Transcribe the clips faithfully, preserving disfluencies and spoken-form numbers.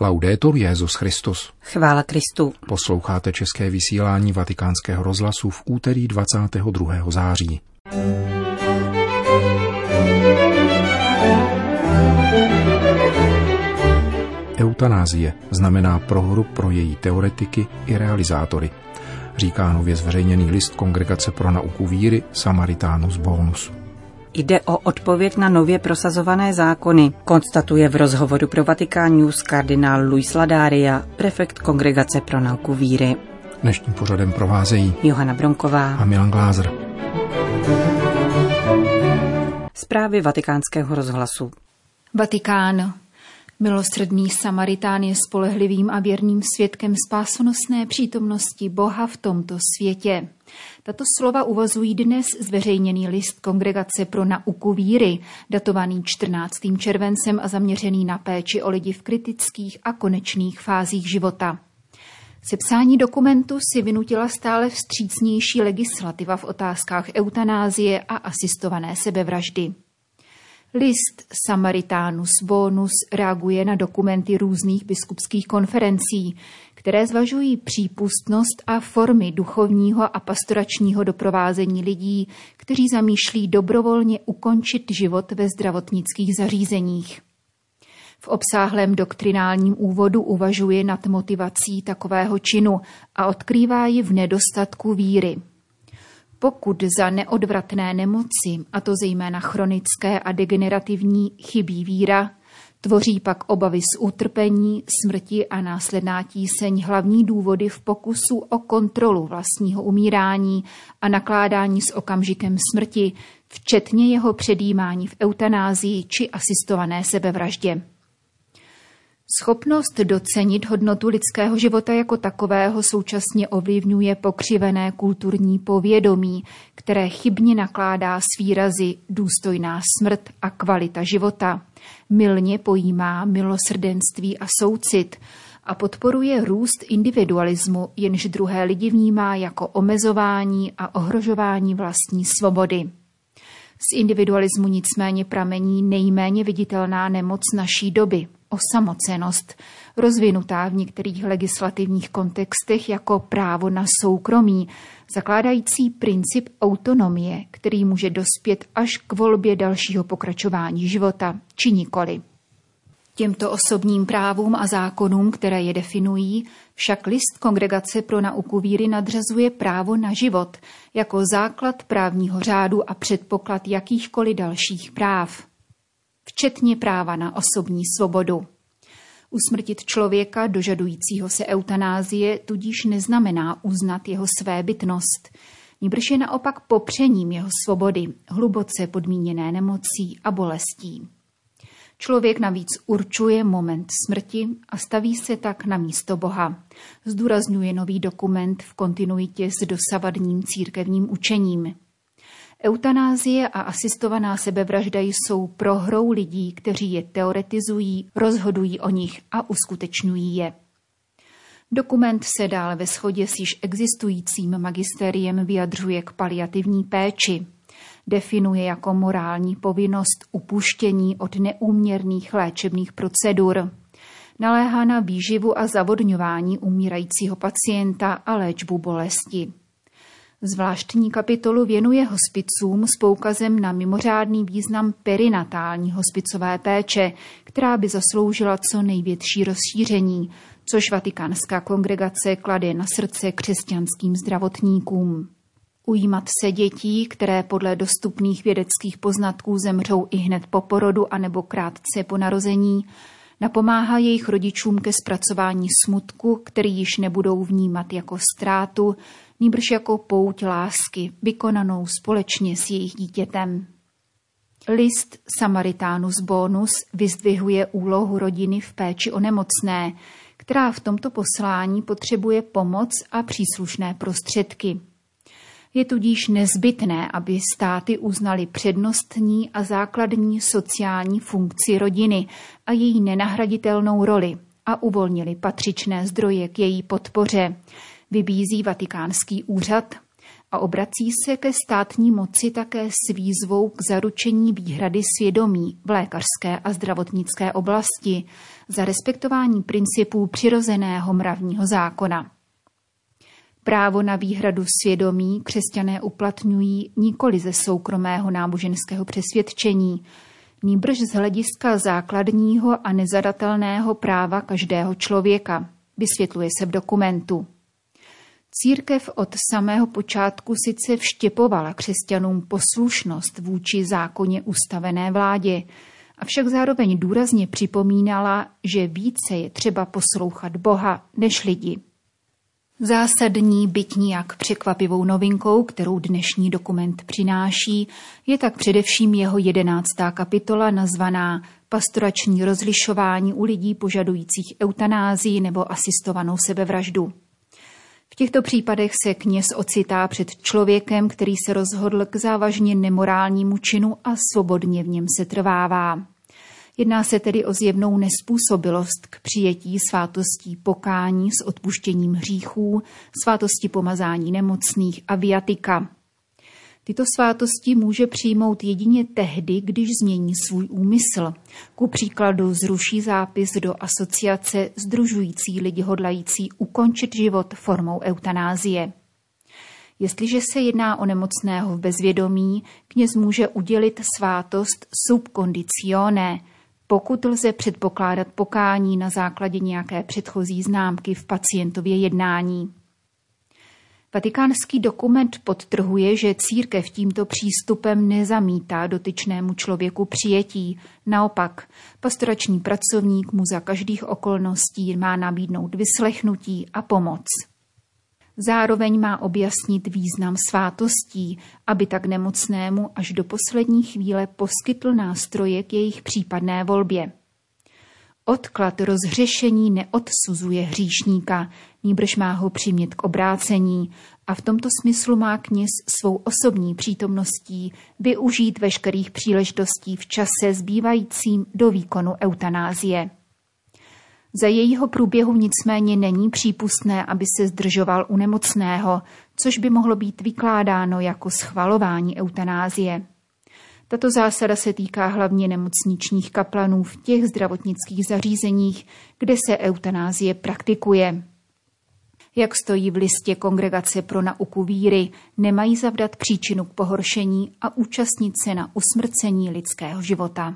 Laudetur Jesus Christus. Chvála Kristu. Posloucháte české vysílání Vatikánského rozhlasu v úterý dvacátého druhého září. Eutanázie znamená prohru pro její teoretiky i realizátory, říká nově zveřejněný list Kongregace pro nauku víry Samaritanus Bonus. Jde o odpověď na nově prosazované zákony, konstatuje v rozhovoru pro Vatican News kardinál Luis Ladaria, prefekt Kongregace pro nauku víry. Dnešním pořadem provázejí Johana Bronková a Milan Glázer. Zprávy Vatikánského rozhlasu. Vatikán. Milosrdný Samaritán je spolehlivým a věrným svědkem spásonosné přítomnosti Boha v tomto světě. Tato slova uvazují dnes zveřejněný list Kongregace pro nauku víry, datovaný čtrnáctým červencem a zaměřený na péči o lidi v kritických a konečných fázích života. Sepsání dokumentu si vynutila stále vstřícnější legislativa v otázkách eutanázie a asistované sebevraždy. List Samaritanus Bonus reaguje na dokumenty různých biskupských konferencí, které zvažují přípustnost a formy duchovního a pastoračního doprovázení lidí, kteří zamýšlí dobrovolně ukončit život ve zdravotnických zařízeních. V obsáhlém doktrinálním úvodu uvažuje nad motivací takového činu a odkrývá ji v nedostatku víry. Pokud za neodvratné nemoci, a to zejména chronické a degenerativní, chybí víra, tvoří pak obavy z utrpení, smrti a následná tíseň hlavní důvody v pokusu o kontrolu vlastního umírání a nakládání s okamžikem smrti, včetně jeho předjímání v eutanázii či asistované sebevraždě. Schopnost docenit hodnotu lidského života jako takového současně ovlivňuje pokřivené kulturní povědomí, které chybně nakládá s výrazy důstojná smrt a kvalita života, mylně pojímá milosrdenství a soucit a podporuje růst individualismu, jenž druhé lidi vnímá jako omezování a ohrožování vlastní svobody. Z individualismu nicméně pramení nejméně viditelná nemoc naší doby, osamocenost, rozvinutá v některých legislativních kontextech jako právo na soukromí, zakládající princip autonomie, který může dospět až k volbě dalšího pokračování života, či nikoli. Těmto osobním právům a zákonům, které je definují, však list Kongregace pro nauku víry nadřazuje právo na život jako základ právního řádu a předpoklad jakýchkoliv dalších práv, včetně práva na osobní svobodu. Usmrtit člověka dožadujícího se eutanázie tudíž neznamená uznat jeho svébytnost, nýbrž je naopak popřením jeho svobody, hluboce podmíněné nemocí a bolestí. Člověk navíc určuje moment smrti a staví se tak na místo Boha, zdůrazňuje nový dokument v kontinuitě s dosavadním církevním učením. Eutanázie a asistovaná sebevražda jsou prohrou lidí, kteří je teoretizují, rozhodují o nich a uskutečňují je. Dokument se dále ve shodě s již existujícím magisteriem vyjadřuje k paliativní péči. Definuje jako morální povinnost upuštění od neúměrných léčebných procedur. Naléhá na výživu a zavodňování umírajícího pacienta a léčbu bolesti. Zvláštní kapitolu věnuje hospicům s poukazem na mimořádný význam perinatální hospicové péče, která by zasloužila co největší rozšíření, což Vatikánská kongregace klade na srdce křesťanským zdravotníkům. Ujímat se dětí, které podle dostupných vědeckých poznatků zemřou i hned po porodu anebo krátce po narození, napomáhá jejich rodičům ke zpracování smutku, který již nebudou vnímat jako ztrátu, nýbrž jako pouť lásky, vykonanou společně s jejich dítětem. List Samaritanus Bonus vyzdvihuje úlohu rodiny v péči o nemocné, která v tomto poslání potřebuje pomoc a příslušné prostředky. Je tudíž nezbytné, aby státy uznaly přednostní a základní sociální funkci rodiny a její nenahraditelnou roli a uvolnili patřičné zdroje k její podpoře, vybízí Vatikánský úřad a obrací se ke státní moci také s výzvou k zaručení výhrady svědomí v lékařské a zdravotnické oblasti za respektování principů přirozeného mravního zákona. Právo na výhradu svědomí křesťané uplatňují nikoli ze soukromého náboženského přesvědčení, nýbrž z hlediska základního a nezadatelného práva každého člověka, vysvětluje se v dokumentu. Církev od samého počátku sice vštěpovala křesťanům poslušnost vůči zákonně ustavené vládě, avšak zároveň důrazně připomínala, že více je třeba poslouchat Boha než lidi. Zásadní, byť nijak překvapivou novinkou, kterou dnešní dokument přináší, je tak především jeho jedenáctá kapitola nazvaná Pastorační rozlišování u lidí požadujících eutanázii nebo asistovanou sebevraždu. V těchto případech se kněz ocitá před člověkem, který se rozhodl k závažně nemorálnímu činu a svobodně v něm se trvává. Jedná se tedy o zjevnou nespůsobilost k přijetí svátostí pokání s odpuštěním hříchů, svátosti pomazání nemocných a viatika. Tyto svátosti může přijmout jedině tehdy, když změní svůj úmysl. Ku příkladu zruší zápis do asociace sdružující lidi hodlající ukončit život formou eutanázie. Jestliže se jedná o nemocného v bezvědomí, kněz může udělit svátost sub conditione, pokud lze předpokládat pokání na základě nějaké předchozí známky v pacientově jednání. Vatikánský dokument podtrhuje, že církev tímto přístupem nezamítá dotyčnému člověku přijetí. Naopak, pastorační pracovník mu za každých okolností má nabídnout vyslechnutí a pomoc. Zároveň má objasnit význam svátostí, aby tak nemocnému až do poslední chvíle poskytl nástroje k jejich případné volbě. Odklad rozhřešení neodsuzuje hříšníka, nýbrž má ho přimět k obrácení a v tomto smyslu má kněz svou osobní přítomností využít veškerých příležitostí v čase zbývajícím do výkonu eutanázie. Za jejího průběhu nicméně není přípustné, aby se zdržoval u nemocného, což by mohlo být vykládáno jako schvalování eutanázie. Tato zásada se týká hlavně nemocničních kaplanů v těch zdravotnických zařízeních, kde se eutanázie praktikuje. Jak stojí v listě Kongregace pro nauku víry, nemají zavdat příčinu k pohoršení a účastnit se na usmrcení lidského života.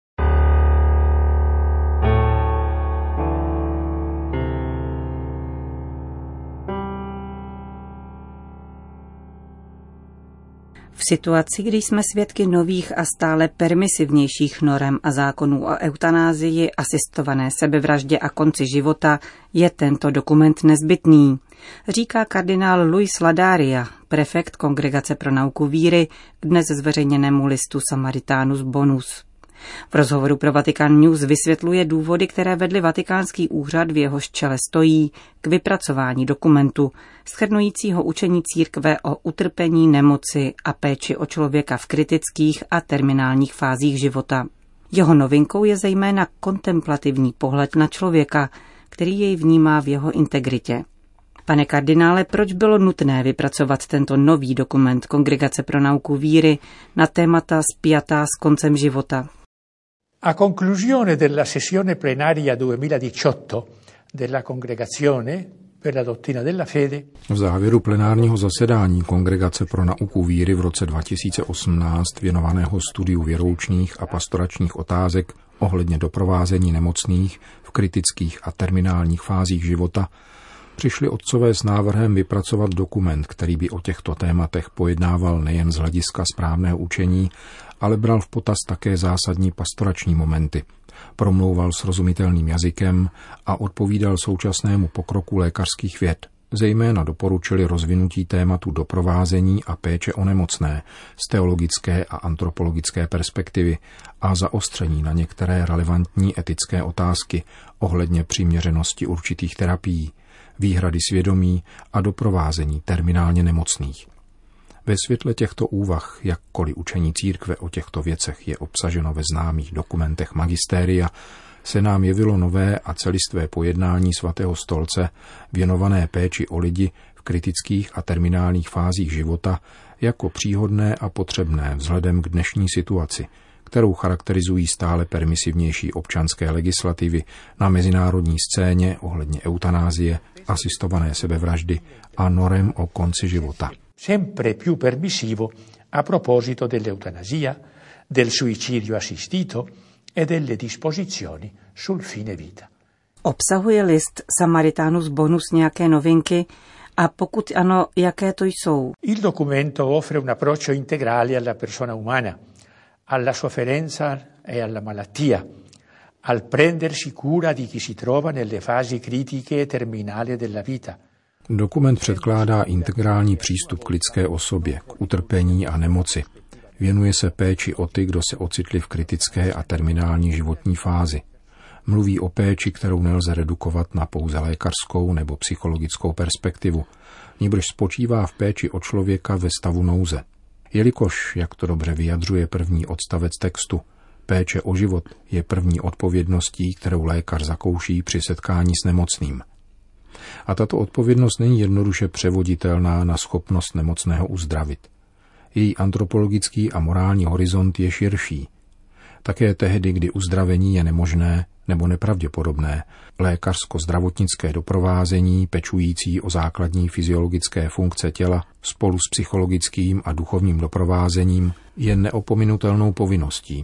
V situaci, kdy jsme svědky nových a stále permisivnějších norem a zákonů o eutanázii, asistované sebevraždě a konci života, je tento dokument nezbytný, říká kardinál Luis Ladaria, prefekt Kongregace pro nauku víry, k dnes zveřejněnému listu Samaritanus Bonus. V rozhovoru pro Vatican News vysvětluje důvody, které vedly Vatikánský úřad, v jehož čele stojí, k vypracování dokumentu, shrnujícího učení církve o utrpení, nemoci a péči o člověka v kritických a terminálních fázích života. Jeho novinkou je zejména kontemplativní pohled na člověka, který jej vnímá v jeho integritě. Pane kardinále, proč bylo nutné vypracovat tento nový dokument Kongregace pro nauku víry na témata spjatá s koncem života? A conclusione della sessione plenaria duemiladiciotto della Congregazione per la dottrina della fede. V závěru plenárního zasedání Kongregace pro nauku víry v roce dva tisíce osmnáct věnovaného studiu věroučných a pastoračních otázek ohledně doprovázení nemocných v kritických a terminálních fázích života přišli otcové s návrhem vypracovat dokument, který by o těchto tématech pojednával nejen z hlediska správného učení, ale bral v potaz také zásadní pastorační momenty. Promlouval srozumitelným jazykem a odpovídal současnému pokroku lékařských věd. Zejména doporučili rozvinutí tématu doprovázení a péče o nemocné z teologické a antropologické perspektivy a zaostření na některé relevantní etické otázky ohledně přiměřenosti určitých terapií, výhrady svědomí a doprovázení terminálně nemocných. Ve světle těchto úvah, jakkoliv učení církve o těchto věcech je obsaženo ve známých dokumentech magistéria, se nám jevilo nové a celistvé pojednání svatého stolce věnované péči o lidi v kritických a terminálních fázích života jako příhodné a potřebné vzhledem k dnešní situaci, kterou charakterizují stále permisivnější občanské legislativy na mezinárodní scéně ohledně eutanázie, asistované sebevraždy a norem o konci života. Sempre più permissivo a proposito dell'eutanasia, del suicidio assistito e delle disposizioni sul fine vita. Obsahuje list Samaritanus Bonus nějaké novinky a pokud ano, jaké to jsou? Il documento offre un approccio integrale alla persona umana, alla sofferenza e alla malattia, al prendersi cura di chi si trova nelle fasi critiche e terminali della vita. Dokument předkládá integrální přístup k lidské osobě, k utrpení a nemoci. Věnuje se péči o ty, kdo se ocitli v kritické a terminální životní fázi. Mluví o péči, kterou nelze redukovat na pouze lékařskou nebo psychologickou perspektivu, nýbrž spočívá v péči o člověka ve stavu nouze. Jelikož, jak to dobře vyjadřuje první odstavec textu, péče o život je první odpovědností, kterou lékař zakouší při setkání s nemocným. A tato odpovědnost není jednoduše převoditelná na schopnost nemocného uzdravit. Její antropologický a morální horizont je širší. Také tehdy, kdy uzdravení je nemožné nebo nepravděpodobné, lékařsko-zdravotnické doprovázení pečující o základní fyziologické funkce těla spolu s psychologickým a duchovním doprovázením je neopominutelnou povinností.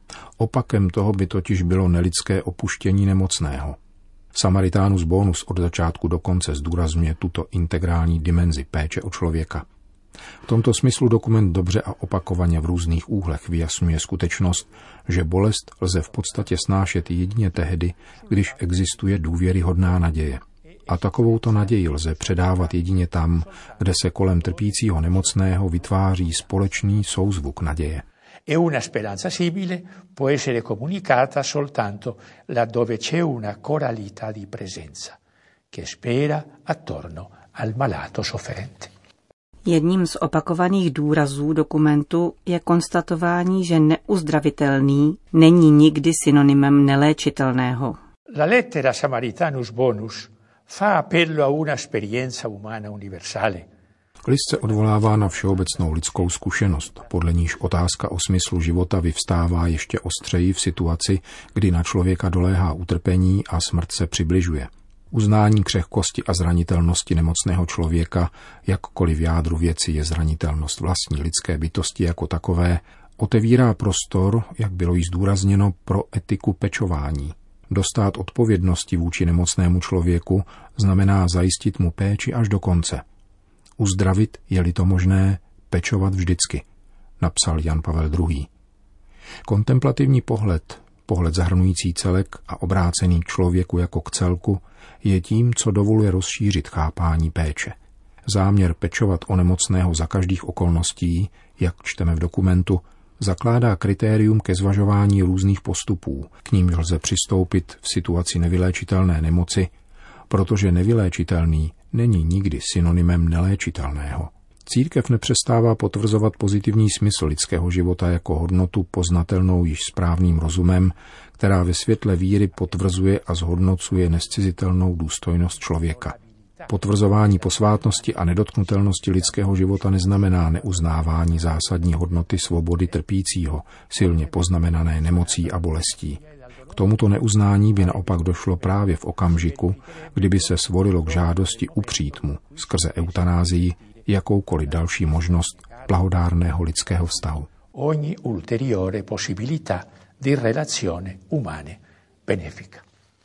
Opakem toho by totiž bylo nelidské opuštění nemocného. Samaritanus Bonus od začátku do konce zdůrazňuje tuto integrální dimenzi péče o člověka. V tomto smyslu dokument dobře a opakovaně v různých úhlech vyjasňuje skutečnost, že bolest lze v podstatě snášet jedině tehdy, když existuje důvěryhodná naděje. A takovouto naději lze předávat jedině tam, kde se kolem trpícího nemocného vytváří společný souzvuk naděje. E una speranza simile può essere comunicata soltanto laddove c'è una coralità di presenza che spera attorno al malato sofferente. Jedním z opakovaných důrazů dokumentu je konstatování, že neuzdravitelný není nikdy synonymem neléčitelného. La lettera Samaritanus Bonus fa appello a una esperienza umana universale. List se odvolává na všeobecnou lidskou zkušenost, podle níž otázka o smyslu života vyvstává ještě ostřeji v situaci, kdy na člověka doléhá utrpení a smrt se přibližuje. Uznání křehkosti a zranitelnosti nemocného člověka, jakkoliv v jádru věci je zranitelnost vlastní lidské bytosti jako takové, otevírá prostor, jak bylo již zdůrazněno, pro etiku pečování. Dostát odpovědnosti vůči nemocnému člověku znamená zajistit mu péči až do konce. Uzdravit, je-li to možné, pečovat vždycky, napsal Jan Pavel druhý. Kontemplativní pohled, pohled zahrnující celek a obrácený k člověku jako k celku, je tím, co dovoluje rozšířit chápání péče. Záměr pečovat o nemocného za každých okolností, jak čteme v dokumentu, zakládá kritérium ke zvažování různých postupů, k nímž lze přistoupit v situaci nevyléčitelné nemoci, protože nevyléčitelný není nikdy synonymem neléčitelného. Církev nepřestává potvrzovat pozitivní smysl lidského života jako hodnotu poznatelnou již správným rozumem, která ve světle víry potvrzuje a zhodnocuje nescizitelnou důstojnost člověka. Potvrzování posvátnosti a nedotknutelnosti lidského života neznamená neuznávání zásadní hodnoty svobody trpícího, silně poznamenané nemocí a bolestí. K tomuto neuznání by naopak došlo právě v okamžiku, kdyby se svolilo k žádosti upřít mu skrze eutanázii jakoukoliv další možnost blahodárného lidského vztahu. Ogni ulteriore possibilità di relazione umane benefica.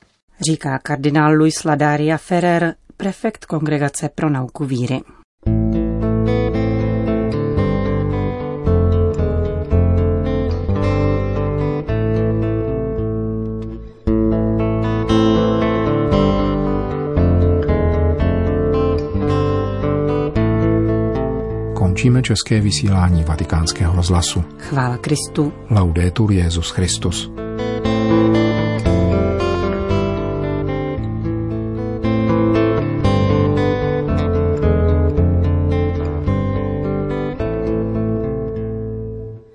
Říká kardinál Luis Ladaria Ferrer, prefekt Kongregace pro nauku víry. Končíme české vysílání Vatikánského rozhlasu. Chvála Kristu. Laudetur Jesus Christus.